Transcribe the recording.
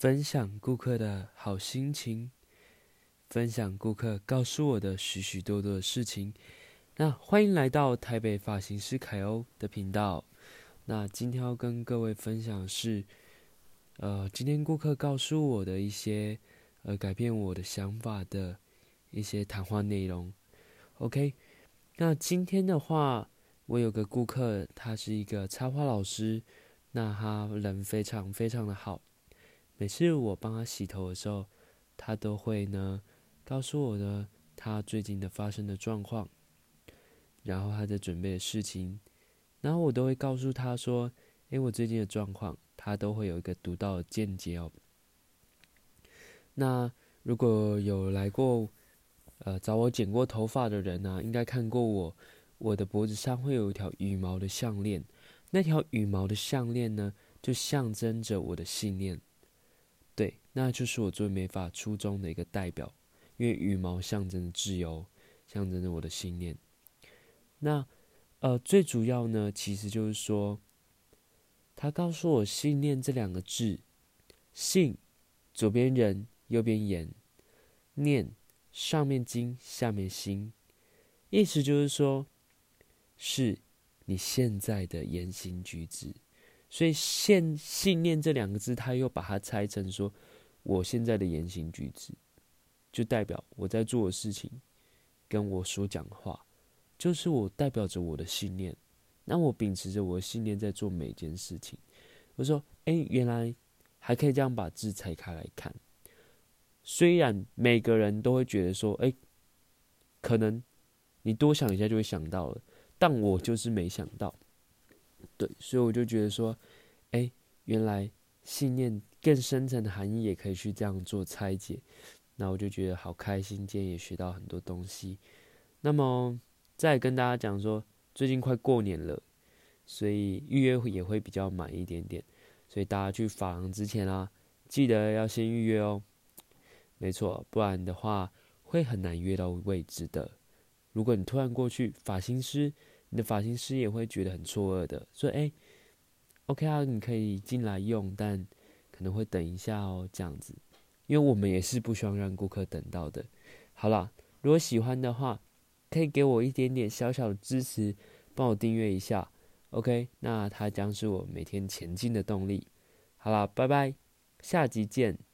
分享顾客的好心情，分享顾客告诉我的许许多多的事情。那欢迎来到台北发型师凯欧的频道。那今天要跟各位分享的是，今天顾客告诉我的一些改变我的想法的一些谈话内容。OK， 那今天的话，我有个顾客，他是一个插花老师，那他人非常非常的好。每次我帮他洗头的时候，他都会呢告诉我呢他最近的发生的状况，然后他在准备的事情，然后我都会告诉他说，我最近的状况，他都会有一个独到的见解哦。那如果有来过找我剪过头发的人啊，应该看过我的脖子上会有一条羽毛的项链，那条羽毛的项链呢，就象征着我的信念。对，那就是我做美发初衷的一个代表，因为羽毛象征着自由，象征着我的信念。那最主要呢，其实就是说，他告诉我信念这两个字，信左边人，右边言，念上面金，下面心，意思就是说，是你现在的言行举止。所以信念这两个字，他又把它拆成说，我现在的言行举止，就代表我在做的事情，跟我所讲的话，就是我代表着我的信念。那我秉持着我的信念在做每一件事情。我说，原来还可以这样把字拆开来看。虽然每个人都会觉得说，可能你多想一下就会想到了，但我就是没想到。对，所以我就觉得说，原来信念更深层的含义也可以去这样做拆解。那我就觉得好开心，今天也学到很多东西。那么再跟大家讲说，最近快过年了，所以预约也会比较满一点点，所以大家去发廊之前啊，记得要先预约哦。没错，不然的话会很难约到位置的。如果你突然过去，你的发型师也会觉得很错愕的，说OK 啊，你可以进来用，但可能会等一下哦，这样子，因为我们也是不希望让顾客等到的。好啦，如果喜欢的话，可以给我一点点小小的支持，帮我订阅一下 ，OK？ 那它将是我每天前进的动力。好啦，拜拜，下集见。